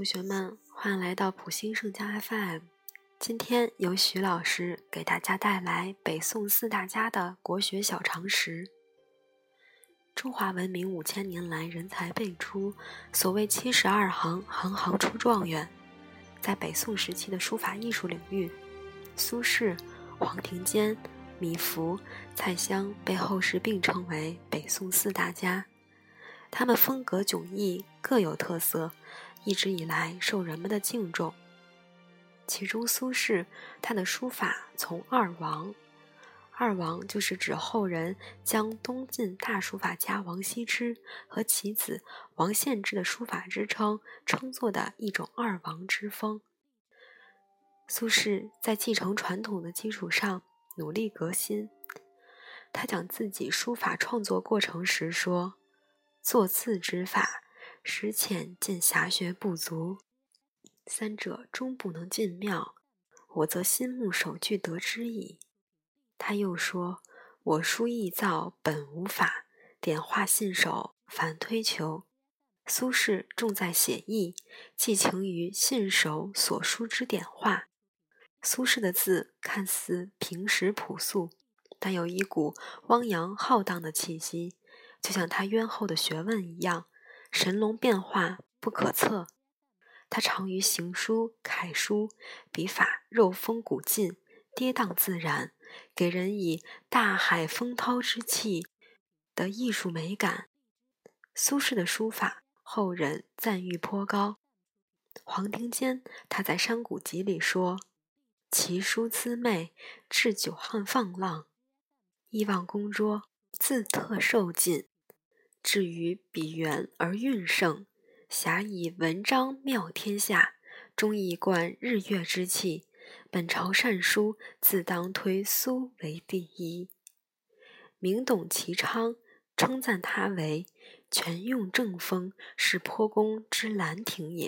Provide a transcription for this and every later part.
同学们，欢迎来到普新盛家 FM。今天由徐老师给大家带来北宋四大家的国学小常识。中华文明5000年来人才辈出，所谓72行，行行出状元。在北宋时期的书法艺术领域，苏轼、黄庭坚、米芾、蔡襄被后世并称为北宋四大家。他们风格迥异，各有特色，一直以来受人们的敬重。其中苏轼，他的书法从二王，二王就是指后人将东晋大书法家王羲之和其子王献之的书法之称称作的一种二王之风。苏轼在继承传统的基础上努力革新。他讲自己书法创作过程时说：作字之法，实浅见遐学不足，三者终不能尽妙，我则心目首句得之矣。他又说：我书易造，本无法，点画信手，凡推求。苏轼重在写意，寄情于信手所书之点画。苏轼的字看似平实朴素，但有一股汪洋浩荡的气息，就像他渊厚的学问一样，神龙变化不可测。他长于行书、楷书，笔法肉丰骨劲，跌宕自然，给人以大海风涛之气的艺术美感。苏轼的书法后人赞誉颇高。黄庭坚他在《山谷集》里说：其书姿媚，置酒酣放浪，意望公拙，字特受尽，至于笔圆而韵盛，遐以文章妙天下，终一贯日月之气。本朝善书，自当推苏为第一。名董其昌称赞他为全用正风，是颇公之兰亭也。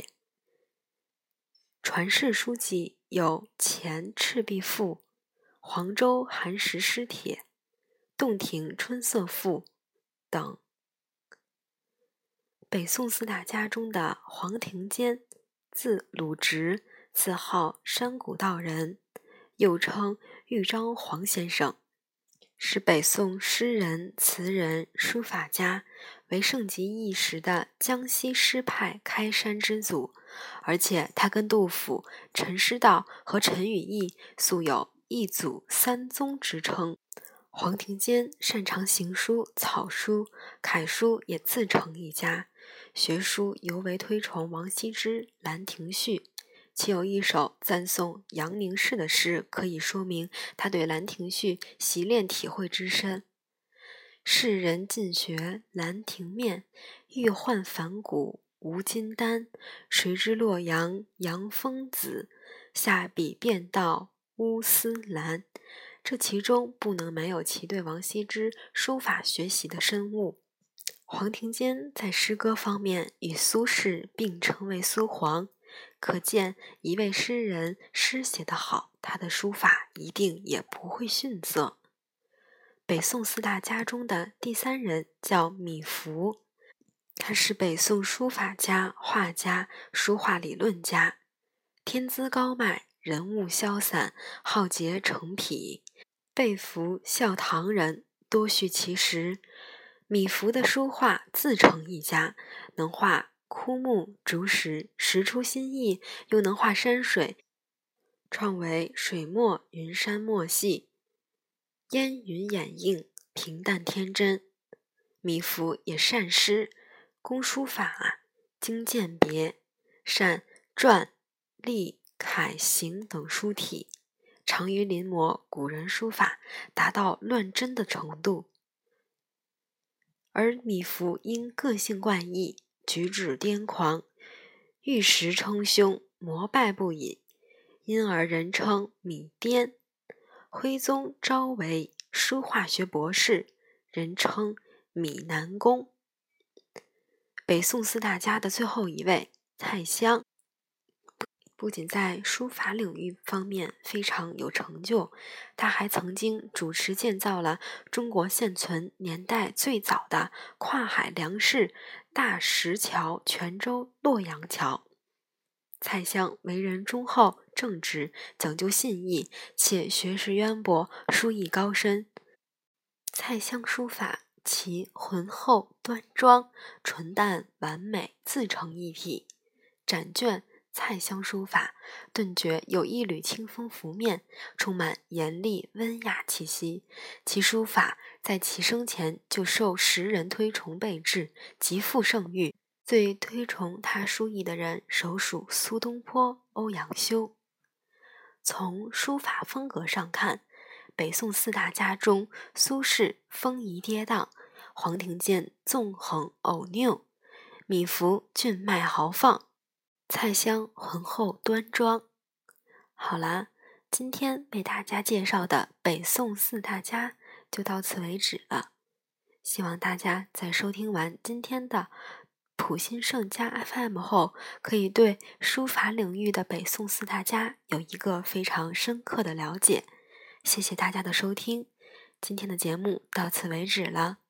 传世书籍有前赤壁赋、黄州寒食诗帖、洞庭春色赋等。北宋四大家中的黄庭坚，字鲁直，自号山谷道人，又称豫章黄先生，是北宋诗人、词人、书法家，为盛极一时的江西诗派开山之祖。而且他跟杜甫、陈师道和陈与义素有一祖三宗之称。黄庭坚擅长行书、草书，楷书也自成一家，学书尤为推崇王羲之《兰亭序》，其有一首赞颂杨凝式的诗，可以说明他对《兰亭序》习练体会之深。世人尽学兰亭面，欲换反骨无金丹。谁知洛阳杨风子，下笔便道乌丝兰。这其中不能没有其对王羲之书法学习的深悟。黄庭坚在诗歌方面与苏轼并称为苏黄，可见一位诗人诗写得好，他的书法一定也不会逊色。北宋四大家中的第三人叫米芾，他是北宋书法家、画家、书画理论家，天资高迈，人物潇洒，好结成癖，被服笑唐人，多叙其实。米芾的书画自成一家，能画枯木、竹石，时出新意，又能画山水，创为水墨云山墨系，烟云掩映，平淡天真。米芾也善诗，工书法，精鉴别，善篆、隶、楷、行等书体，长于临摹古人书法，达到乱真的程度。而米芾因个性怪异，举止癫狂，遇时称兄，膜拜不已，因而人称米癫。徽宗招为书画学博士，人称米南公。北宋四大家的最后一位蔡襄，不仅在书法领域方面非常有成就，他还曾经主持建造了中国现存年代最早的跨海梁式大石桥——泉州洛阳桥。 蔡襄为人忠厚正直，讲究信义，且学识渊博，书艺高深。蔡襄书法其浑厚端庄，纯淡完美，自成一体。展卷蔡襄书法，顿觉有一缕清风拂面，充满严厉温雅气息。其书法在其生前就受时人推崇备至，极负盛誉。最推崇他书艺的人，首属苏东坡、欧阳修。从书法风格上看，北宋四大家中，苏轼风仪跌宕，黄庭坚纵横偶拗，米芾俊迈豪放，蔡襄浑厚端庄。好啦，今天为大家介绍的北宋四大家就到此为止了。希望大家在收听完今天的普新盛家 FM 后，可以对书法领域的北宋四大家有一个非常深刻的了解。谢谢大家的收听，今天的节目到此为止了。